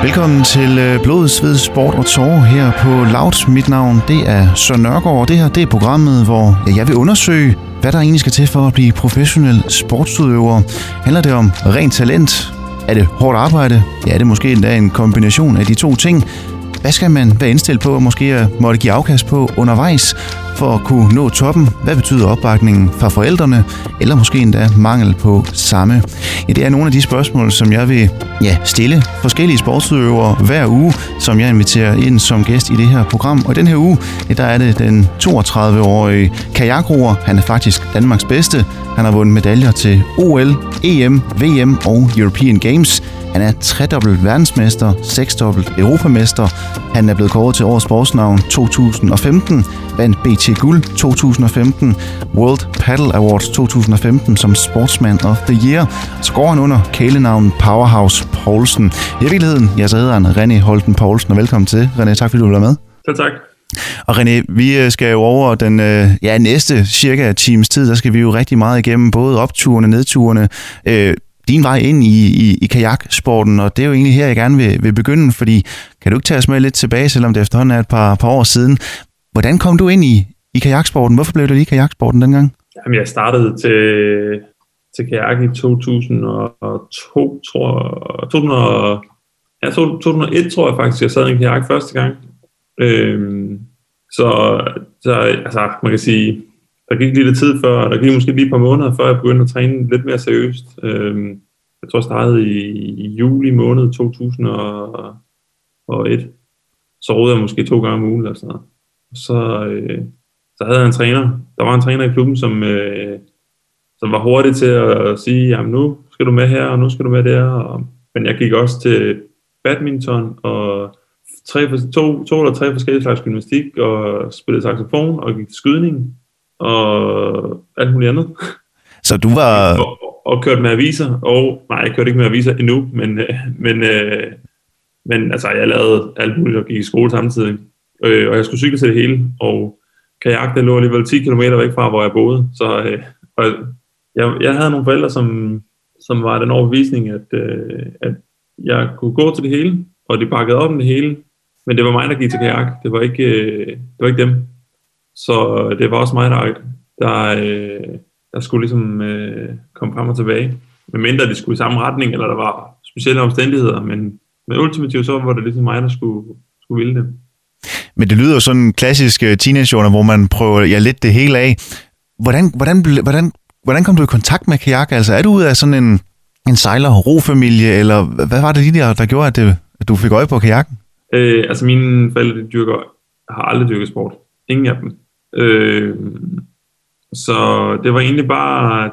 Velkommen til Blod, Sved, Sport og Tårer her på Loud. Mit navn det er Søren Nørgaard, og det her det er programmet, hvor jeg vil undersøge, hvad der egentlig skal til for at blive professionel sportsudøver. Handler det om rent talent? Er det hårdt arbejde? Ja, det er måske endda en kombination af de to ting. Hvad skal man være indstillet på og måske måtte give afkast på undervejs for at kunne nå toppen? Hvad betyder opbakningen fra forældrene, eller måske endda mangel på samme? Ja, det er nogle af de spørgsmål, som jeg vil stille forskellige sportsudøvere hver uge, som jeg inviterer ind som gæst i det her program. Og den her uge, der er det den 32-årige kajakroer. Han er faktisk Danmarks bedste. Han har vundet medaljer til OL, EM, VM og European Games. Han er tredobbelt verdensmester, seksdobbelt europamester. Han er blevet kåret til årets sportsnavn 2015, vandt BT Guld 2015, World Paddle Awards 2015 som Sportsman of the Year. Så går han under kælenavnet Powerhouse Poulsen. I virkeligheden, så hedder han René Holten Poulsen, og velkommen til. René, tak fordi du vil være med. Selv tak. Og René, vi skal jo over den næste cirka times tid, der skal vi jo rigtig meget igennem, både opturene, nedturene, din vej ind i kajaksporten, og det er jo egentlig her, jeg gerne vil begynde, fordi kan du ikke tage os med lidt tilbage, selvom det efterhånden er et par år siden. Hvordan kom du ind i kajaksporten? Hvorfor blev du lige kajaksporten dengang? Jamen, jeg startede til kajak i 2002, tror jeg. 2001 tror jeg faktisk, jeg sad i en kajak første gang. Så altså, man kan sige, der gik lidt tid før, der gik måske lige et par måneder, før jeg begyndte at træne lidt mere seriøst. Jeg tror, jeg startede i juli måned 2001. Så rodede jeg måske 2 gange om ugen eller sådan noget. Så havde jeg en træner. Der var en træner i klubben, som var hurtig til at sige, jamen nu skal du med her, og nu skal du med der. Men jeg gik også til badminton, og 2 eller 3 forskellige slags gymnastik, og spillede saxofon, og gik til skydning, og alt muligt andet. Så du var... Og kørte med aviser, nej, jeg kørte ikke med aviser endnu, men altså, jeg lavede alt muligt, og gik i skole samtidig. Og jeg skulle cykle til det hele, og kajak, det lå alligevel 10 km væk fra, hvor jeg boede. Så jeg havde nogle forældre, som var den overbevisning, at jeg kunne gå til det hele, og de bakkede op om det hele, men det var mig, der gik til kajak. Det var ikke dem. Så det var også mig, der skulle ligesom komme frem og tilbage. Medmindre de skulle i samme retning, eller der var specielle omstændigheder, men ultimativt så var det ligesom mig, der skulle ville det. Men det lyder jo sådan en klassisk teenageårene, hvor man prøver lidt det hele af. Hvordan kom du i kontakt med kajak? Altså er du ud af sådan en sejler-ro-familie, eller hvad var det lige der gjorde, at du fik øje på kajakken? Altså mine forældre har aldrig dyrket sport. Ingen af dem. Så det var egentlig bare,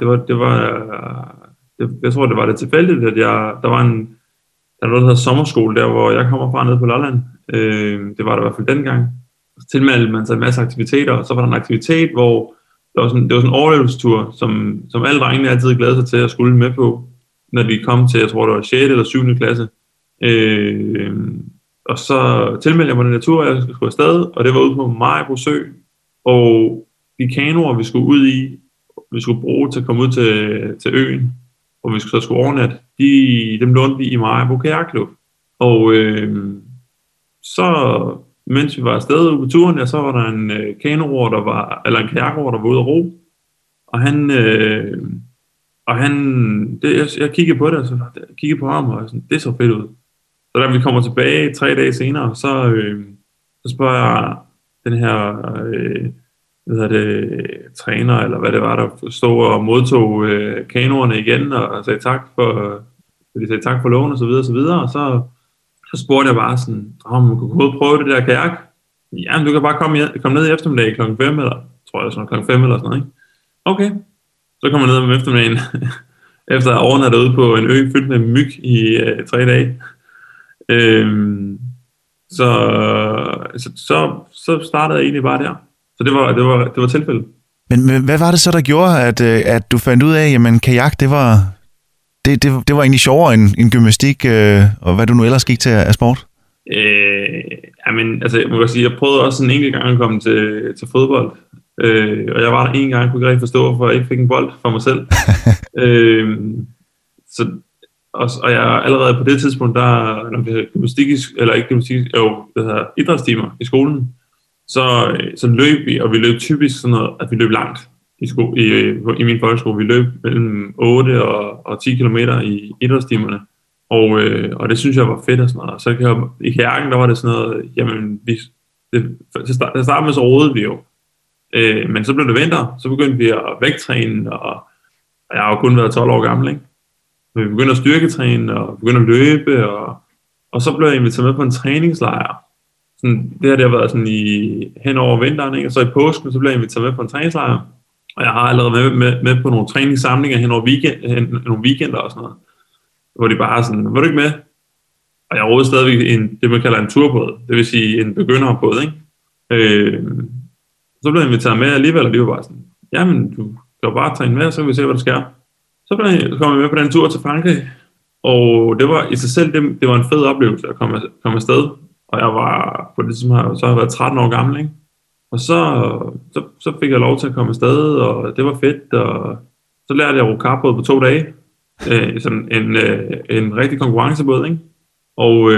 jeg tror det var det tilfældigt, at der var noget, der hedder sommerskole, der hvor jeg kommer fra nede på Lolland. Det var der i hvert fald dengang. Så tilmeldte man sig en masse aktiviteter, og så var der en aktivitet, hvor det var sådan en overlevelsestur, som alle drengene altid glædede sig til at skulle med på, når de kom til, jeg tror det var 6. eller 7. klasse. Og så tilmeldte jeg mig den der tur, jeg skulle afsted, og det var ude på Maribo Sø, og de kanoer, vi skulle ud i, vi skulle bruge til at komme ud til øen, og vi skulle overnatte, dem lånte vi i Maribo Kajakklub. Og så, mens vi var afsted ude på turen, så var der en kanoroer, eller en kajakroer, der var ude at ro, og jeg kiggede på det, og så kiggede på ham, og sådan, det så fedt ud. Så da vi kommer tilbage 3 dage senere, så spørger jeg den her træner, eller hvad det var, der stod og modtog kanoerne igen, og sagde tak for loven, og så videre, og så spurgte jeg bare sådan, man kunne gå ud og prøve det der kajak. Ja, du kan bare komme ned i eftermiddag klokken 5, eller tror jeg sådan klokken 5 eller sådan noget, ikke? Okay. Så kommer jeg ned om eftermiddagen, efter at have overnattet ude på en ø fyldt med myg i 3 dage. Så startede jeg egentlig bare der. Så det var tilfældet. Men hvad var det så, der gjorde, at du fandt ud af, jamen kajak, det var egentlig sjovere end gymnastik, og hvad du nu ellers gik til af sport? Jamen, altså jeg må godt sige, jeg prøvede også en enkelt gang at komme til fodbold. Og jeg var der en gang, jeg kunne ikke rigtig forstå, hvorfor jeg ikke fik en bold for mig selv. og jeg allerede på det tidspunkt, når vi havde gymnastik, eller ikke gymnastik, det hedder idrætstimer i skolen, så løb vi, og vi løb typisk sådan noget, at vi løb langt i min folkeskole. Vi løb mellem 8 og 10 kilometer i idrætstimerne, og det synes jeg var fedt og sådan noget. Så i kajakken, der var det sådan noget, jamen, til start med så rodede vi jo, men så blev det vinter, så begyndte vi at vægttræne, og jeg har jo kun været 12 år gammel, ikke? Men vi begyndte at styrketræne, og begyndte at løbe, og så blev jeg inviteret med på en træningslejr. Sådan, det har været sådan hen over vinteren, ikke? Og så i påsken, så blev jeg inviteret med på en træningslejr. Og jeg har allerede med på nogle træningssamlinger hen over nogle weekender og sådan noget. Hvor de bare sådan, var du ikke med? Og jeg rådede stadigvæk det man kalder en turbåd, det vil sige en begynderbåd, ikke? Så blev jeg inviteret med alligevel, og de var bare sådan, jamen du kan jo bare træne med, så kan vi se, hvad der sker. Så kom jeg med på den tur til Frankrig, og det var i sig selv, det var en fed oplevelse at komme afsted. Og jeg var på det tidspunkt, så har jeg været 13 år gammel, ikke? Og så fik jeg lov til at komme afsted, og det var fedt, og så lærte jeg at ro karbåd på 2 dage. Sådan en rigtig konkurrencebåd, ikke? Og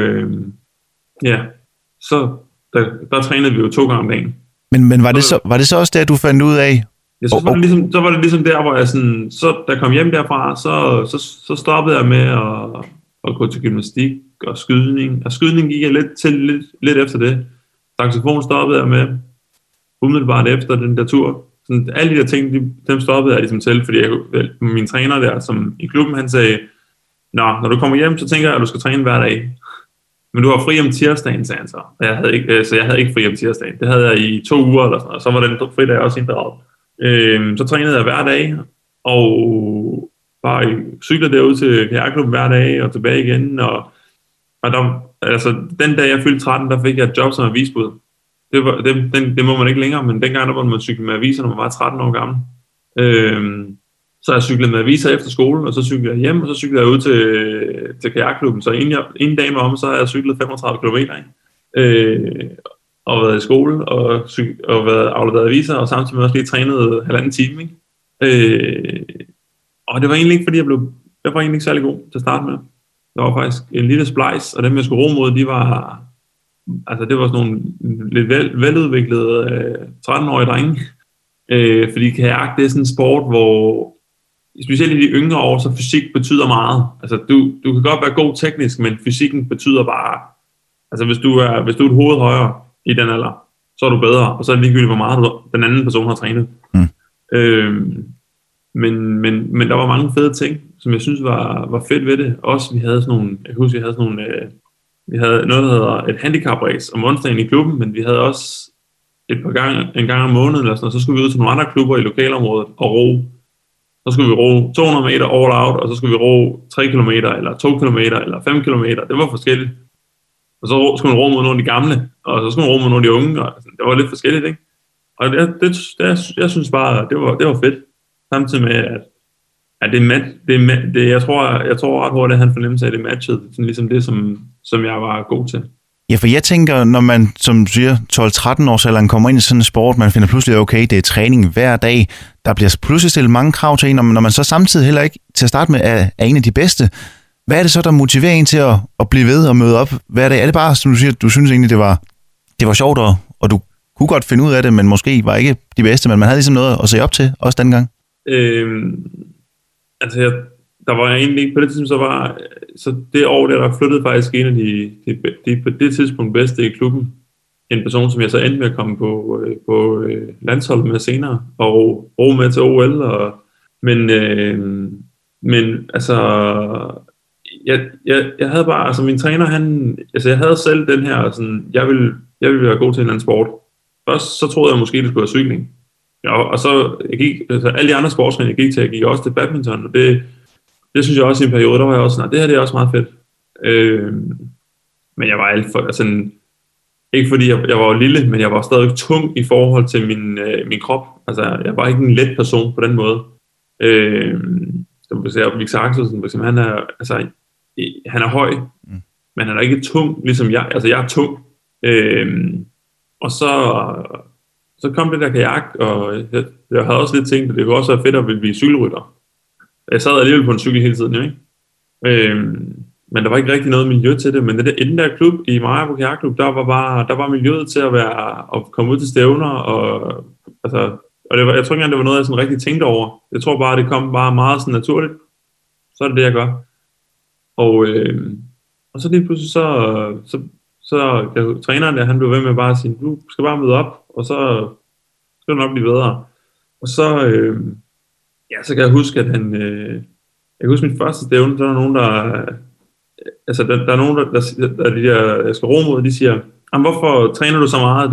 så der trænede vi jo 2 gange om dagen. Men var det så også der, du fandt ud af? Ja, så var det ligesom der, hvor jeg sådan, da jeg kom hjem derfra, så stoppede jeg med at gå til gymnastik og skydning. Og skydning gik jeg lidt efter det. Saxofon stoppede jeg med, umiddelbart efter den der tur. Sådan, alle de der ting, dem stoppede jeg ligesom til, fordi min træner der, som i klubben, han sagde, når du kommer hjem, så tænker jeg, at du skal træne hver dag. Men du har fri om tirsdagen, sagde han så. Og jeg havde ikke fri om tirsdagen. Det havde jeg i 2 uger eller sådan noget, og så var den fridag også inddraget. Så trænede jeg hver dag, og bare cyklede derud til kajakklubben hver dag, og tilbage igen, og der, altså, den dag jeg fyldte 13, der fik jeg et job som avisbud. Det må man ikke længere, men dengang der var man cykle med aviser, når man var 13 år gammel. Så jeg cyklede med aviser efter skolen, og så cyklede jeg hjem, og så cyklede jeg ud til kajakklubben. Så inden dagen var om, så har jeg cyklet 35 km, og været i skole, og været afleveret aviser, og samtidig med også lige trænet 1,5 time, ikke? Og det var egentlig ikke, fordi jeg var egentlig ikke særlig god til at starte med. Der var faktisk en lille splice, og dem jeg skulle ro mod, det var sådan nogle lidt veludviklede 13-årige drenge. Fordi kajak, det er sådan en sport, hvor specielt i de yngre år, så fysik betyder meget. Altså du kan godt være god teknisk, men fysikken betyder bare, altså hvis du er et hoved højere i den alder, så er du bedre, og så er det ligegyldigt, hvor meget den anden person har trænet. Men der var mange fede ting, som jeg synes var fedt ved det. Også vi havde sådan nogle, vi havde noget, der hedder et handicap-race om onsdagen i klubben, men vi havde også en gang om måneden eller sådan noget, så skulle vi ud til nogle andre klubber i lokalområdet og ro. Så skulle vi ro 200 meter all out, og så skulle vi ro 3 kilometer, eller 2 kilometer, eller 5 kilometer. Det var forskelligt. Og så skulle man ro mod nogle af de gamle, og så skulle man ro mod nogle af de unge, og det var lidt forskelligt, ikke? Og jeg synes bare, det var fedt. Samtidig med, at jeg tror ret hurtigt, at han fornemmede sig, at det matchede sådan ligesom det, som jeg var god til. Ja, for jeg tænker, når man, som du siger, 12-13 års alderen kommer ind i sådan en sport, man finder pludselig, okay, det er træning hver dag, der bliver pludselig stillet mange krav til en, og når man så samtidig heller ikke til at starte med er en af de bedste, hvad er det så, der motiverer en til at blive ved og møde op hver dag? Er det bare, som du siger, du synes egentlig, det var sjovt, og du kunne godt finde ud af det, men måske var ikke de bedste, men man havde ligesom noget at se op til, også dengang? Der var jeg egentlig ikke på det tidspunkt, så det år der flyttede faktisk en af de på det tidspunkt bedste i klubben. En person, som jeg så endte med at komme på landsholdet med senere, og ro med til OL. Men altså, jeg havde bare, altså min træner, jeg havde selv den her, sådan, jeg ville være god til en eller anden sport. Først så troede jeg måske, det skulle være cykling. Ja, og så alle de andre sportsgrene, jeg gik også til badminton, og det synes jeg også i en periode, der var jeg også sådan, det her det er også meget fedt. Men jeg var alt for, altså, ikke fordi jeg var lille, men jeg var stadig tung i forhold til min krop. Altså, jeg var ikke en let person på den måde. Hvis jeg Victor Axelsen, han er høj, men han er ikke tung, ligesom jeg. Altså, jeg er tung. Og så kom det der kajak, og jeg havde også lidt tænkt, at det kunne også være fedt at ville blive cykelrytter. Jeg sad alligevel på en cykel hele tiden, ikke? Men der var ikke rigtig noget miljø til det. Men i den der klub, i Maribo Kajakklub, der var miljøet til at komme ud til stævner. Og jeg tror ikke engang, det var noget, jeg sådan rigtig tænkte over. Jeg tror bare, det kom bare meget sådan naturligt. Så er det jeg gør. Og så lige pludselig så kan træneren der, han blev ved med bare at sige, du skal bare møde op, og så skal du nok blive bedre. Og så, så kan jeg huske, at jeg kan huske min første stævne, der er nogen, der er nogen, der de der, jeg skal ro mod, de siger, hvorfor træner du så meget?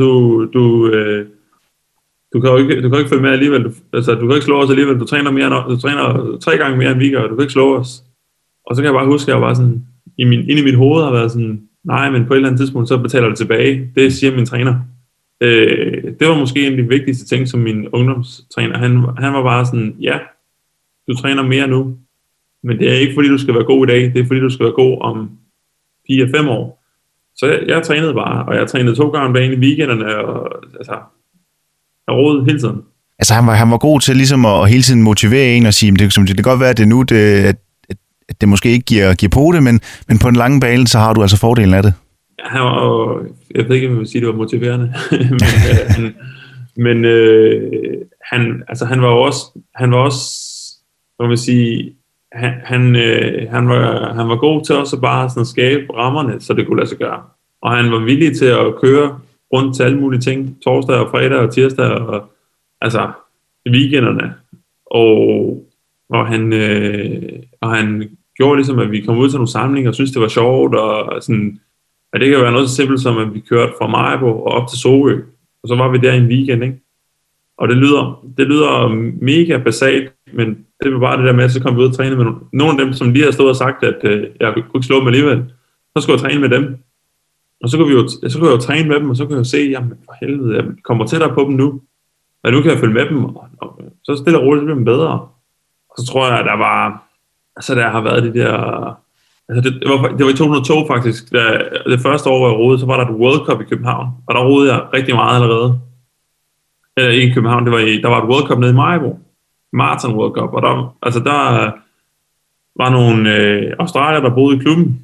Du kan jo ikke følge med alligevel. Du kan ikke slå os alligevel. Du træner 3 gange mere end vi gør, og du kan ikke slå os. Og så kan jeg bare huske, at jeg var sådan, inde i mit hoved har været sådan, nej, men på et eller andet tidspunkt, så betaler det tilbage. Det siger min træner. Det var måske en af de vigtigste ting, som min ungdomstræner, han var bare sådan, ja, du træner mere nu, men det er ikke fordi, du skal være god i dag, det er fordi, du skal være god om 4-5 år. Så jeg trænede bare, og jeg trænede 2 gange om dagen i weekenderne, og jeg rodede hele tiden. Altså han var god til ligesom at hele tiden motivere en og sige, det kan godt være, at det er nu, at det måske ikke giver på det, men på den lange bane, så har du altså fordelen af det. Ja, jeg ved ikke, om jeg vil sige, det var motiverende, men han var også, hvad man sige, han var god til også bare sådan at skabe rammerne, så det kunne lade sig gøre. Og han var villig til at køre rundt til alle mulige ting, torsdag og fredag og tirsdag, og altså weekenderne. Og han gjorde ligesom, at vi kom ud til nogle samlinger og syntes, det var sjovt, og sådan, at det kan være noget så simpelt som, at vi kørte fra Maribo og op til Sorø, og så var vi der i en weekend, ikke? Og det lyder mega basalt, men det var bare det der med, at så kom vi ud og træne med nogle af dem, som lige har stået og sagt, at jeg kunne ikke slå dem alligevel. Så skulle jeg træne med dem. Og så kunne jeg jo træne med dem, og så kunne jeg jo se, jamen for helvede, jeg kommer tættere på dem nu. Og nu kan jeg følge med dem, og så stille og roligt, så bliver dem bedre. Og så tror jeg, at der har været de der... Altså det var i 2002 faktisk, det første år, hvor jeg rodede, så var der et World Cup i København, og der rodede jeg rigtig meget allerede. Eller ikke i København, der var et World Cup nede i Maribo, Marathon World Cup, og der var nogle australier, der boede i klubben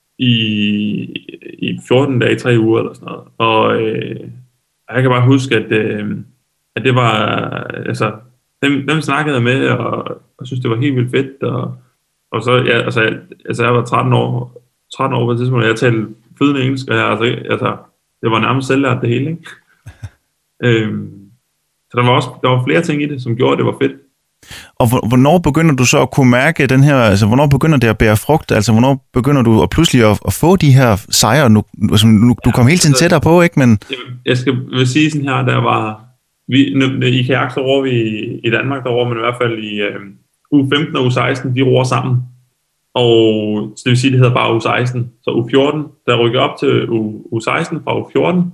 i 14 dage, 3 uger eller sådan noget. Og jeg kan bare huske, at det var, altså, dem snakkede jeg med, og synes det var helt vildt fedt, og så, jeg var 13 år på et tidspunkt, og jeg talte flydende engelsk, og det var nærmest selvlært det hele, ikke? Så der var flere ting i det, som gjorde, at det var fedt. Og hvornår begynder du så at kunne mærke den her, altså hvornår begynder det at bære frugt, altså hvornår begynder du at pludselig at få de her sejre, du kom hele tiden tættere på, ikke? Men... Jeg vil sige sådan her, der var, i kajak, så roer vi i Danmark, der roer man i hvert fald i uge 15 og uge 16, de roer sammen. Og så det vil sige, det hedder bare uge 16. Så uge 14, der rykker op til uge 16 fra uge 14,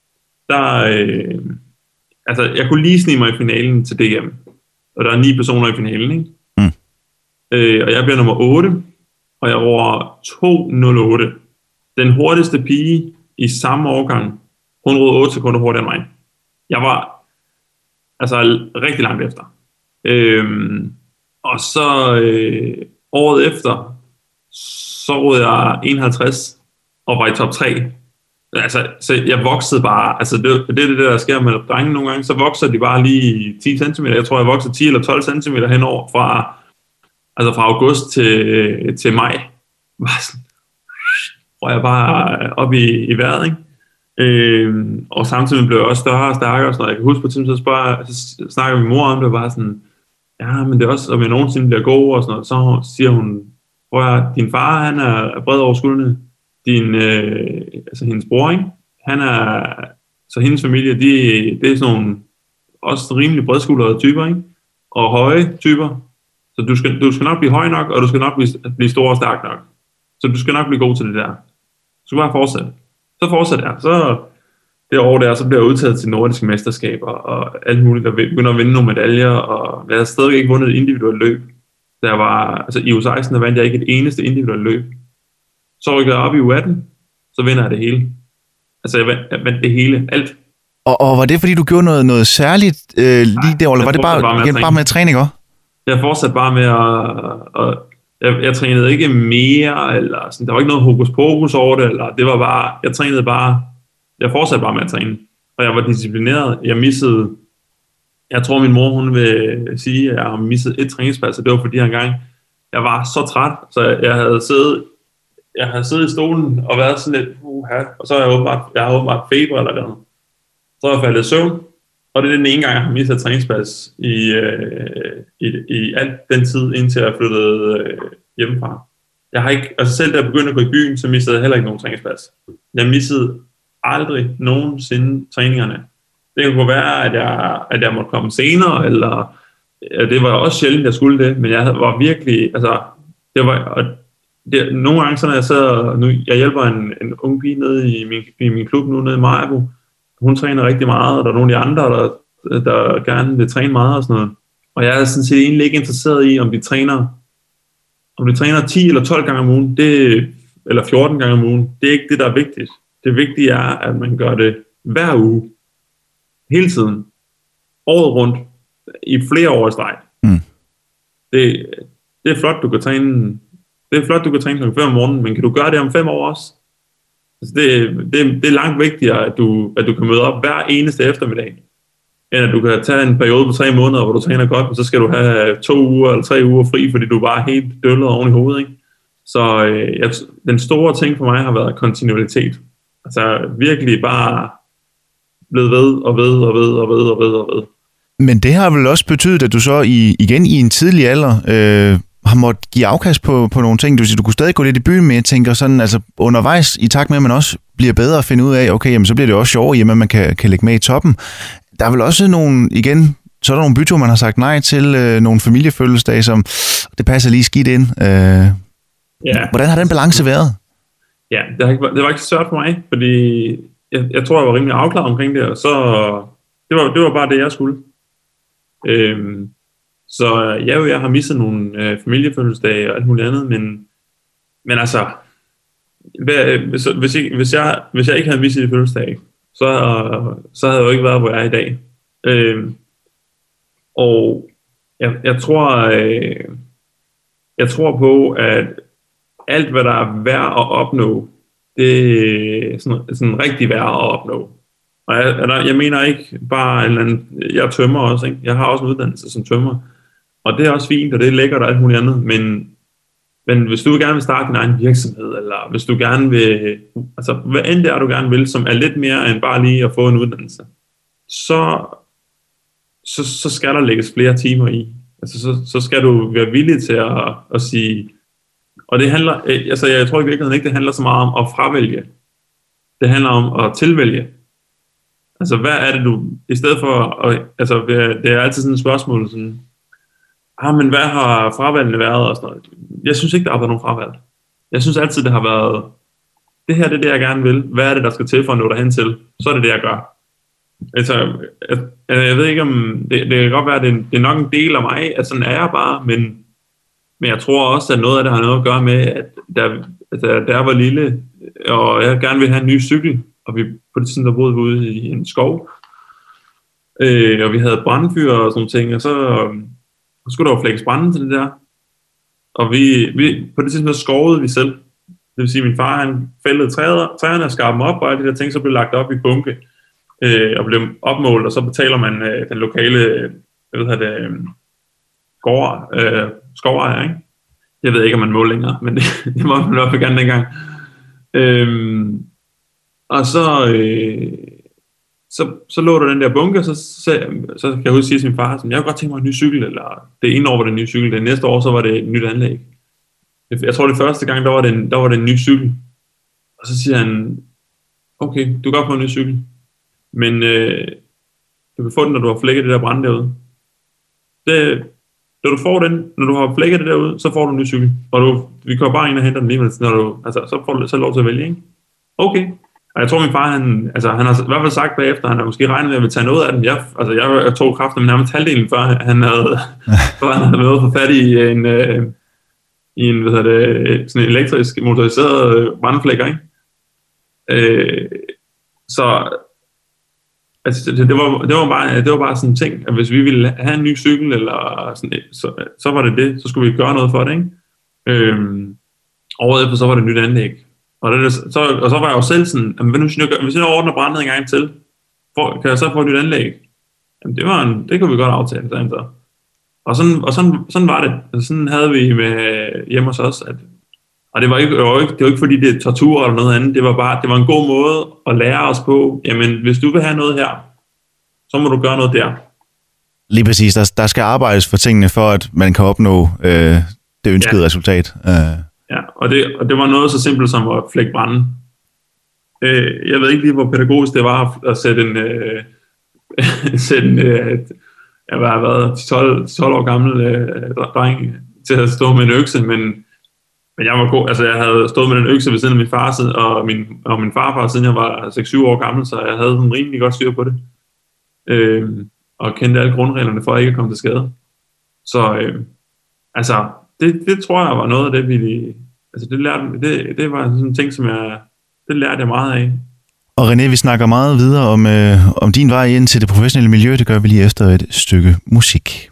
der, jeg kunne lige snige mig i finalen til DM. Og der er 9 personer i finalen, ikke? Mm. Og jeg bliver nummer 8, og jeg roer 2.08. Den hurtigste pige i samme årgang, hun roede 8 sekunder hurtigere end mig. Jeg var rigtig langt efter. Og så året efter, så roede jeg 51 og var i top 3. Altså, så jeg voksede bare, altså det der sker med drenge nogle gange, så vokser de bare lige 10 cm. Jeg tror, jeg voksede 10 eller 12 cm henover fra august til maj. Hvor jeg bare op i vejret, ikke? Og samtidig blev jeg også større og stærkere, og sådan noget. Jeg kan huske på et tidspunkt, så snakker min mor om det, bare sådan, ja, men det er også, om jeg nogensinde bliver god, og sådan noget. Så siger hun, din far, han er bred over skuldrene. Hendes bror, ikke? Så hendes familie, det er sådan nogle også rimelig bredskuldrede typer, ikke? Og høje typer. Så du skal nok blive høj nok, og du skal nok blive stor og stærk nok. Så du skal nok blive god til det der. Du skal bare fortsætte. Så fortsætter jeg. Så det år der, så bliver jeg udtaget til nordiske mesterskaber, og alt muligt, der begynder at vinde nogle medaljer, og jeg har stadig ikke vundet et individuelt løb. I U16, der vandt jeg ikke et eneste individuelt løb. Så rykker jeg op i U18, så vinder jeg det hele. Altså, jeg vandt det hele, alt. Og var det, fordi du gjorde noget særligt lige der, eller var det bare med træning også? Jeg fortsatte bare med at jeg trænede ikke mere, eller sådan, der var ikke noget hokus pokus over det, eller det var bare, jeg fortsatte bare med at træne, og jeg var disciplineret. Jeg tror min mor, hun vil sige, at jeg har misset et træningspas, og det var fordi engang, jeg var så træt, så jeg havde siddet i stolen og været sådan lidt, og så har jeg åbenbart feber eller noget. Så er jeg faldet i søvn, og det er den ene gang, jeg har mistet et træningspas i al den tid, indtil jeg flyttede hjemmefra. Jeg har ikke, altså selv da jeg begyndte at gå i byen, så mistede jeg heller ikke nogen træningspas. Jeg missede aldrig nogensinde træningerne. Det kunne være, at jeg måtte komme senere, eller det var også sjældent, jeg skulle det, men jeg var virkelig, altså, nogle gange, så når jeg sidder, nu, jeg hjælper en ung pige nede i min klub nu, nede i Maribo, hun træner rigtig meget, og der er nogle af de andre, der gerne vil træne meget og sådan noget, og jeg er sådan set egentlig ikke interesseret i, om de træner 10 eller 12 gange om ugen, eller 14 gange om ugen, det er ikke det, der er vigtigt. Det vigtige er, at man gør det hver uge, hele tiden, året rundt, i flere år i streg. Det er flot, du kan træne. Det er flot, du kan træne kl. 5 om morgenen, men kan du gøre det om 5 år også? Altså det er langt vigtigere, at du kan møde op hver eneste eftermiddag, end at du kan tage en periode på 3 måneder, hvor du træner godt, og så skal du have 2 uger eller 3 uger fri, fordi du bare er helt døllet oven i hovedet, ikke? Så den store ting for mig har været kontinuitet. Altså virkelig bare blevet ved og ved og ved og ved og ved og ved. Men det har vel også betydet, at du så igen i en tidlig alder har måttet give afkast på nogle ting. Du kunne stadig gå lidt i byen med, jeg tænker sådan, altså undervejs i takt med, at man også bliver bedre at finde ud af, okay, jamen, så bliver det også sjovere hjemme, at man kan lægge med i toppen. Der er vel også så er der nogle byture, man har sagt nej til, nogle familiefødselsdage, som det passer lige skidt ind. Ja. Hvordan har den balance været? Ja, det var ikke så svært for mig, fordi jeg tror, jeg var rimelig afklaret omkring det, og så det var bare det, jeg skulle. Så jeg har misset nogle familiefødselsdage og alt muligt andet, men altså, hvis jeg ikke havde misset de fødselsdage, så havde jeg jo ikke været, hvor jeg er i dag. Og jeg tror på, at alt, hvad der er værd at opnå, det er sådan rigtig værd at opnå. Og jeg mener ikke bare, jeg tømmer også, ikke? Jeg har også en uddannelse som tømmer, og det er også fint, og det er lækkert og alt muligt andet, men hvis du gerne vil starte din egen virksomhed, eller hvis du gerne vil, altså hvad end det er, du gerne vil, som er lidt mere end bare lige at få en uddannelse, så skal der lægges flere timer i. Altså så skal du være villig til at sige, og det handler, altså jeg tror i virkeligheden ikke, det handler så meget om at fravælge. Det handler om at tilvælge. Altså hvad er det du, i stedet for, altså det er altid sådan et spørgsmål, sådan, men hvad har fravalgene været og sådan noget. Jeg synes ikke, der har været nogen fravalg. Jeg synes altid, det har været, det her det er det, jeg gerne vil. Hvad er det, der skal til for at nå derhen til? Så er det det, jeg gør. Altså, jeg ved ikke om, det kan godt være, at det er nok en del af mig, at sådan er jeg bare, men jeg tror også, at noget af det har noget at gøre med, at da jeg var lille, og jeg gerne ville have en ny cykel, og vi på det tidspunkt der boede vi ude i en skov, og vi havde brandfyr og sådan ting, og så skulle der jo flækkes brænde til det der, og vi på det tidspunkt der skovede vi selv. Det vil sige, at min far han fældede træerne og skar dem op, og alle de der ting så blev lagt op i bunke, og blev opmålt, og så betaler man den lokale, skovejer, ikke? Jeg ved ikke, om man må længere, men det må man i hvert fald gerne dengang. Og så lå der den der bunke, og så kan jeg huske sige til min far, jeg kunne godt tænke mig en ny cykel, eller det ene år var det en ny cykel, det næste år så var det et nyt anlæg. Jeg tror det første gang, der var det en ny cykel. Og så siger han, okay, du kan godt få en ny cykel, men du kan få den, når du har flækket det der brænde derude. Når du får den, når du har flækket det derude, så får du en ny cykel. Og vi kommer bare ind og henter den lige, så får du selv lov til at vælge, ikke? Okay. Og jeg tror, min far, han har i hvert fald sagt bagefter, han har måske regnet med, at jeg vil tage noget af den. Jeg tog kraften med nærmest halvdelen, før han havde været for fat i en sådan en elektrisk motoriseret brandflækker, ikke? Så altså, det var bare sådan en ting, at hvis vi ville have en ny cykel, eller sådan, så var det, så skulle vi gøre noget for det, ikke? Året efter, så var det nyt anlæg. Og så var jeg jo selv sådan, hvis jeg ordner brændet en gang til, kan jeg så få et nyt anlæg? Jamen, det kunne vi godt aftale, sagde han så. Og sådan var det. Altså, sådan havde vi med hjemme hos os. Og det var ikke fordi det er tortur eller noget andet. Det var en god måde at lære os på, jamen hvis du vil have noget her, så må du gøre noget der. Lige præcis. Der skal arbejdes for tingene, for at man kan opnå det ønskede resultat. Ja, og det var noget så simpelt som at flække brænde. Jeg ved ikke lige, hvor pædagogisk det var at sætte jeg var været 12 år gammel dreng til at stå med en økse, men jeg var god. Altså jeg havde stået med den økse ved siden af min far og min farfar, siden jeg var 6-7 år gammel, så jeg havde sådan rimelig godt styr på det. Og kendte alle grundreglerne for at ikke at komme til skade. Så altså det tror jeg var noget af det, det var sådan en ting, som det lærte jeg meget af. Og René, vi snakker meget videre om din vej ind til det professionelle miljø. Det gør vi lige efter et stykke musik.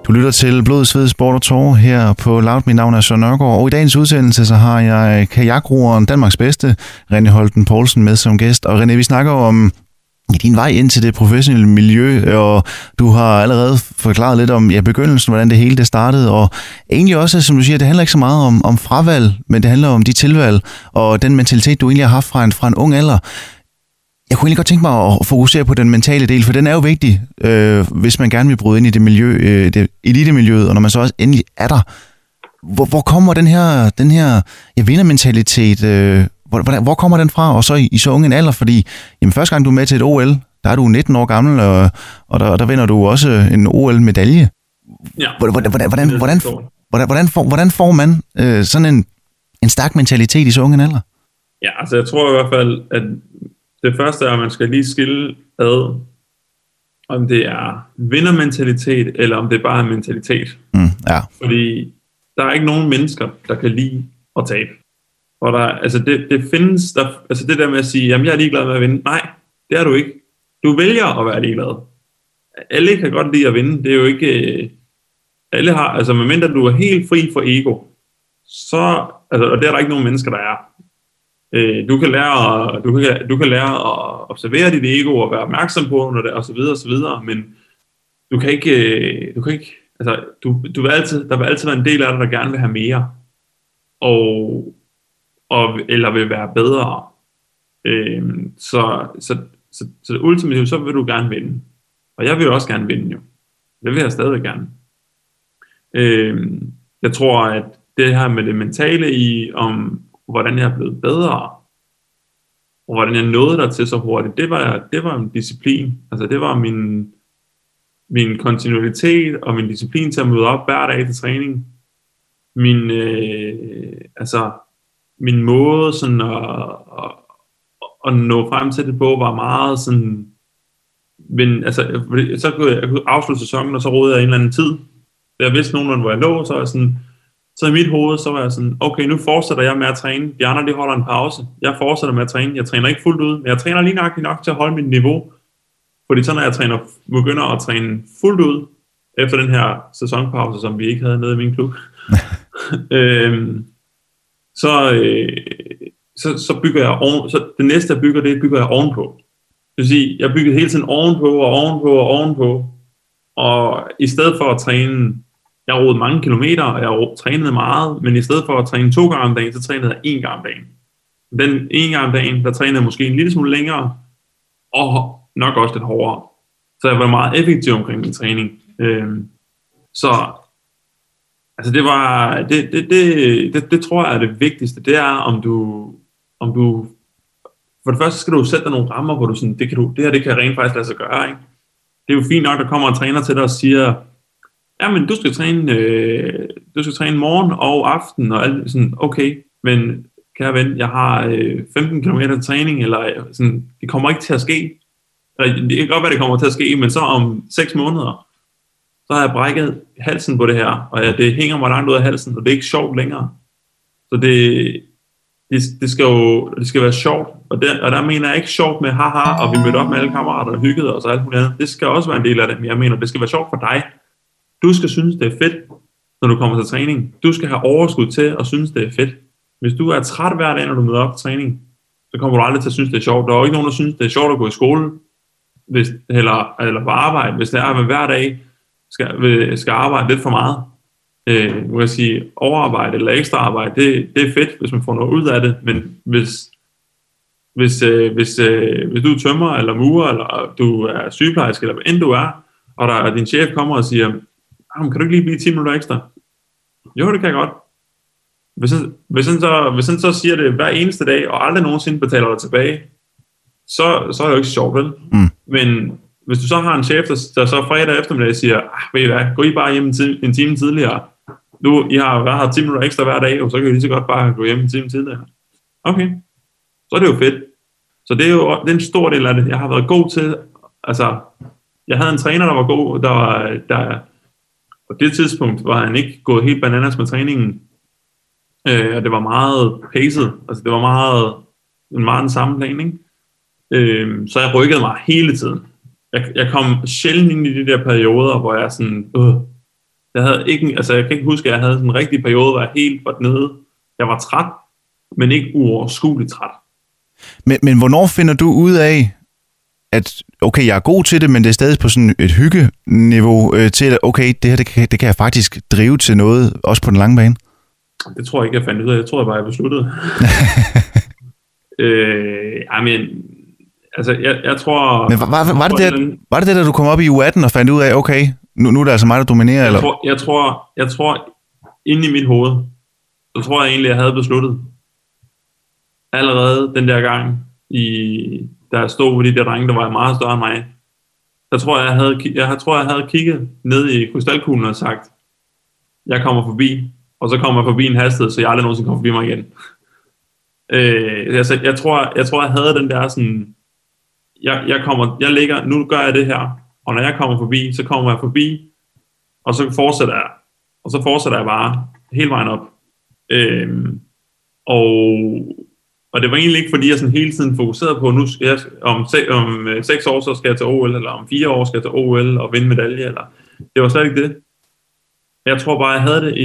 Du lytter til Blod, Sved, Sport og Tårer her på Loud. Mit navn er Søren Nørgaard, og i dagens udsendelse så har jeg kajakroeren Danmarks bedste, René Holten Poulsen, med som gæst. Og René, vi snakker om din vej ind til det professionelle miljø, og du har allerede forklaret lidt om begyndelsen, hvordan det hele det startede, og egentlig også, som du siger, det handler ikke så meget om fravalg, men det handler om de tilvalg, og den mentalitet, du egentlig har haft fra en ung alder. Jeg kunne egentlig godt tænke mig at fokusere på den mentale del, for den er jo vigtig, hvis man gerne vil bryde ind i det miljø, elitemiljøet, og når man så også endelig er der. Hvor kommer den her vindermentalitet, hvor kommer den fra, og så i så unge en alder? Fordi første gang du er med til et OL, der er du 19 år gammel, og der vinder du også en OL-medalje. Ja. Hvordan får man sådan en stærk mentalitet i så unge en alder? Ja, altså jeg tror i hvert fald, at det første er, at man skal lige skille ad, om det er vindermentalitet, eller om det bare er mentalitet. Ja. Fordi der er ikke nogen mennesker, der kan lide at tabe. Og det findes, altså det der med at sige, jamen jeg er ligeglad med at vinde. Nej, det er du ikke. Du vælger at være ligeglad. Alle kan godt lide at vinde. Det er jo ikke, alle har, altså medmindre du er helt fri for ego, så, altså, og det er der ikke nogen mennesker, der er. Du kan lære at observere dit ego og være opmærksom på det og så videre, men du kan ikke, altså der vil altid være en del af dig, der gerne vil have mere, eller vil være bedre. Så ultimativt, så vil du gerne vinde. Og jeg vil også gerne vinde jo. Det vil jeg stadig gerne. Jeg tror, at det her med det mentale i, om hvordan jeg er blevet bedre, og hvordan jeg nåede der til så hurtigt, det var en disciplin. Altså det var min kontinuitet og min disciplin til at møde op hver dag til træning. Min måde sådan at nå frem til det på var meget sådan, men altså så kunne jeg afslutte sæsonen, og så rodede jeg en eller anden tid. Da jeg vidste nogenlunde, hvor jeg lå, så var jeg sådan, så i mit hoved, så var jeg sådan, okay, nu fortsætter jeg med at træne. De andre, de holder en pause. Jeg fortsætter med at træne. Jeg træner ikke fuldt ud, men jeg træner lige nok til at holde mit niveau. Fordi så når jeg begynder at træne fuldt ud, efter den her sæsonpause, som vi ikke havde nede i min klub, så bygger jeg så det næste, jeg bygger jeg ovenpå. Det vil sige, jeg byggede hele tiden ovenpå. Og i stedet for at træne, jeg rodede mange kilometer, og jeg trænede meget, men i stedet for at træne 2 gange om dagen, så trænede jeg 1 gang om dagen. Den 1 gang om dagen, der trænede jeg måske en lille smule længere, og nok også lidt hårdere. Så jeg var meget effektiv omkring min træning. Så altså det tror jeg er det vigtigste. Det er, om du for det første skal du sætte dig nogle rammer, hvor du sådan, det kan rent faktisk lade sig gøre, ikke? Det er jo fint nok, der kommer en træner til dig og siger, jamen du skal træne morgen og aften og alt sådan, okay, men kære ven, jeg har 15 km træning, eller sådan, det kommer ikke til at ske. Eller, det kan godt være, det kommer til at ske, men så om 6 måneder, så har jeg brækket halsen på det her, og det hænger mig langt ud af halsen, og det er ikke sjovt længere. Så det skal være sjovt, og der mener jeg ikke sjovt med haha, og vi mødte op med alle kammerater og hyggede og så alt muligt andet. Det skal også være en del af det, men jeg mener, det skal være sjovt for dig. Du skal synes, det er fedt, når du kommer til træning. Du skal have overskud til at synes, det er fedt. Hvis du er træt hver dag, når du møder op til træning, så kommer du aldrig til at synes, det er sjovt. Der er jo ikke nogen, der synes, det er sjovt at gå i skole, eller på arbejde, hvis det er, at man hver dag skal arbejde lidt for meget. Nu kan jeg sige, overarbejde eller ekstra arbejde, det er fedt, hvis man får noget ud af det, men hvis du er tømrer eller murer, eller du er sygeplejerske, eller hvad end du er, og din chef kommer og siger, kan du ikke lige blive 10 minutter ekstra? Jo, det kan jeg godt. Hvis han så siger det hver eneste dag, og aldrig nogensinde betaler dig tilbage, så er det jo ikke sjovt, vel? Men hvis du så har en chef, der så fredag eftermiddag siger, ved I hvad, gå I bare hjem en time tidligere. I har 10 minutter ekstra hver dag, og så kan I lige så godt bare gå hjem en time tidligere. Okay, så er det jo fedt. Så det er en stor del af det. Jeg har været god til, altså, jeg havde en træner, der var god, der på det tidspunkt var han ikke gået helt bananas med træningen, og det var meget paced, altså det var meget den samme plan, ikke? Så jeg rykkede mig hele tiden. Jeg kom sjældent ind i de der perioder, hvor jeg sådan, Jeg kan ikke huske, at jeg havde sådan en rigtig periode, hvor jeg helt var nede. Jeg var træt, men ikke uoverskueligt træt. Men hvornår finder du ud af, at okay, jeg er god til det, men det er stadig på sådan et hyggeniveau til, at okay, det her, det kan jeg faktisk drive til noget, også på den lange bane? Det tror jeg ikke, jeg fandt ud af. Jeg tror bare, jeg besluttede. Jeg tror... Men var det det, da du kom op i U18 og fandt ud af, okay, nu er det altså mig, der dominerer? Jeg tror inde i mit hoved, så tror jeg egentlig, jeg havde besluttet. Allerede den der gang, da jeg stod på de der drenge, der var meget større end mig, jeg tror, jeg havde kigget ned i krystalkuglen og sagt, jeg kommer forbi, og så kommer jeg forbi en hastighed, så jeg aldrig nogensinde kommer forbi mig igen. Jeg tror, jeg havde den der sådan, jeg ligger, nu gør jeg det her, og når jeg kommer forbi, så kommer jeg forbi, og så fortsætter jeg bare hele vejen op. Og det var egentlig ikke, fordi jeg sådan hele tiden fokuserede på, nu skal jeg, om 6 år, så skal jeg til OL, eller om 4 år skal jeg til OL og vinde medalje, eller det var slet ikke det. Jeg tror bare,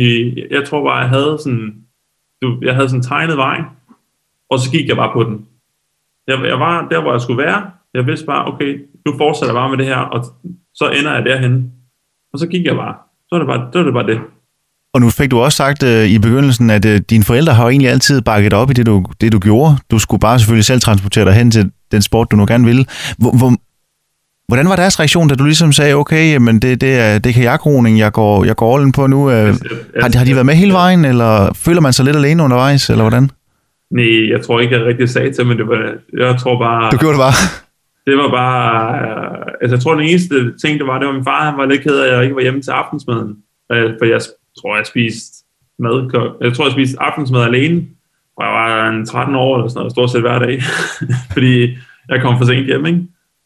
jeg havde sådan tegnet vejen, og så gik jeg bare på den. Jeg var der, hvor jeg skulle være. Jeg vidste bare, okay, nu fortsætter jeg bare med det her, og så ender jeg derhen. Og så gik jeg bare. Så er det bare det. Og nu fik du også sagt i begyndelsen, at dine forældre har jo egentlig altid bakket op i det, du gjorde. Du skulle bare selvfølgelig selv transportere dig hen til den sport, du nu gerne ville. Hvordan var deres reaktion, da du ligesom sagde, okay, jamen det er kajakroning, jeg går all in på nu? Har de været med hele vejen, eller føler man sig lidt alene undervejs, eller hvordan? Nej, jeg tror ikke, jeg rigtig sagde til, men jeg tror bare... Du gjorde det bare? Det var bare... jeg tror, den eneste ting, det var min far, han var lidt ked af, at jeg ikke var hjemme til aftensmaden. For jeg tror, jeg spiste jeg spiste aftensmad alene, og jeg var en 13 år eller sådan noget, stort set hver dag, fordi jeg kom for sent hjem, ikke?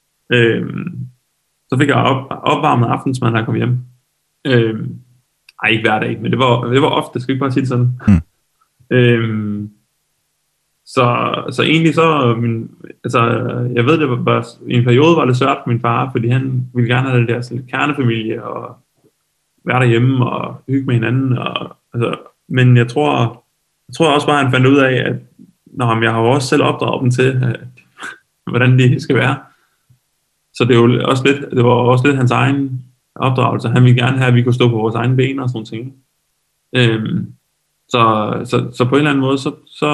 Så fik jeg opvarmet aftensmad, når jeg kom hjem. Ikke hver dag, men det var ofte, det skal ikke bare sige det sådan. Så egentlig så, jeg ved, det var i en periode var det svært for min far, fordi han ville gerne have det der sådan, kernefamilie, og være derhjemme og hygge med hinanden. Men jeg tror også bare, han fandt ud af, at jeg har jo også selv opdraget dem til, hvordan det skal være. Så det var også lidt hans egen opdragelse. Han ville gerne have, at vi kunne stå på vores egne ben og sådan ting. Så på en eller anden måde,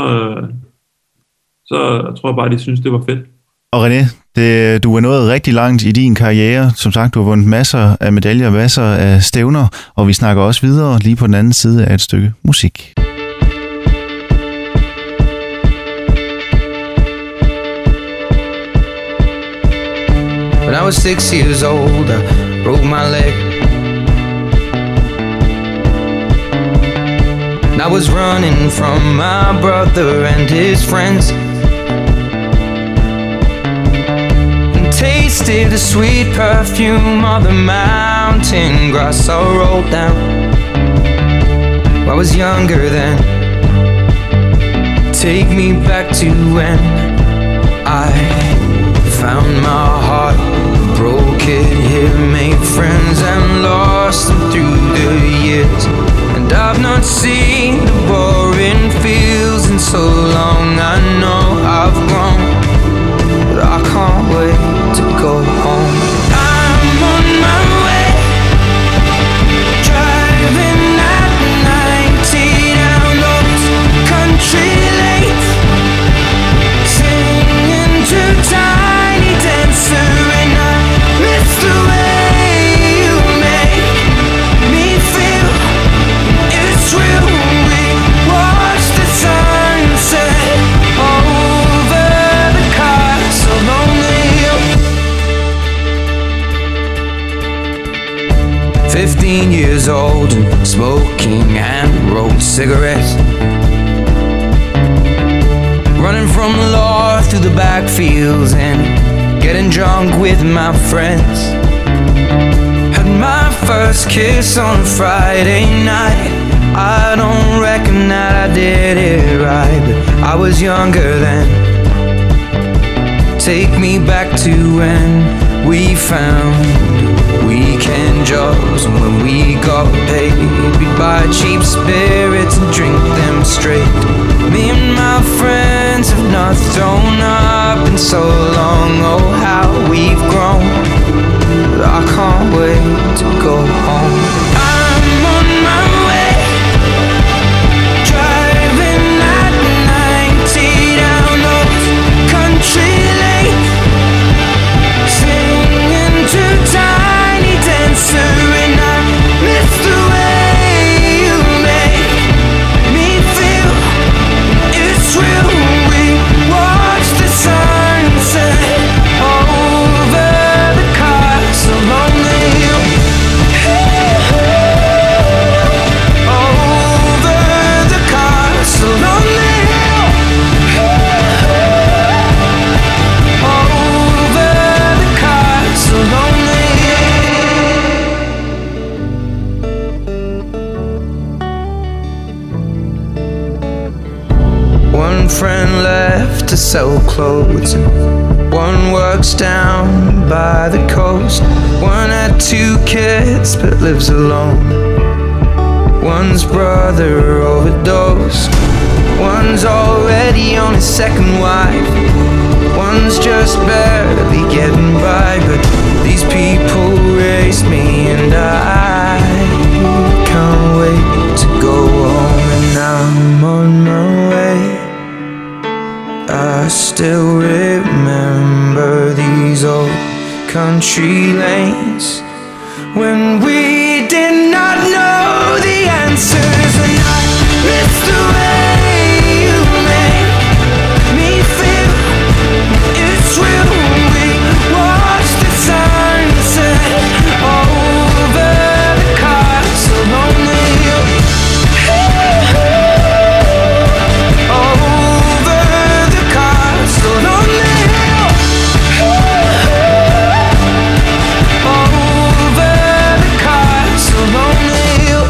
så tror jeg bare, at de synes, det var fedt. Og René, du er nået rigtig langt i din karriere. Som sagt, du har vundet masser af medaljer, masser af stævner, og vi snakker også videre lige på den anden side af et stykke musik. When I was 6 years old, I broke my leg. And I was running from my brother and his friends. Tasted the sweet perfume of the mountain grass I rolled down. I was younger then. Take me back to when I found my heart, broke it here, made friends and lost them through the years. And I've not seen the boring fields in so long. I know I've grown, but I can't wait to go home. I'm on my way, driving at 90 down those country lanes, singing to Tiny Dancer, and I miss the way you make me feel. It's real. We watch the sunset over the castle on the hill. 15 years old and smoking hand-rolled cigarettes, running from the law through the backfields and getting drunk with my friends. Had my first kiss on a Friday night. I don't reckon that I did it right, but I was younger then. Take me back to when we found weekend jobs and when we got paid. buy cheap spirits and drink them straight. Me and my friends have not thrown up in so long. Oh, how we've grown, but I can't wait to go home. I'm on my way, driving at 90 down those country lanes, singing to Tiny Dancer, and I miss the way you make me feel. It's real. We watch the sunset over the castle on the hill. Over the castle on the hill. Over the castle on the hill. One friend left to sell clothes, and one works down by the coast. One had 2 kids but lives alone. One's brother overdosed. One's already on his second wife. One's just barely getting by. But these people raised me, and I can't wait to go home. And I'm on my way. I still remember these old country lanes when we did not know the answers, and I miss the way you make me feel. It's real. We watch the sunset over the castle on the hill. Over the castle on the hill. Over the castle on the hill.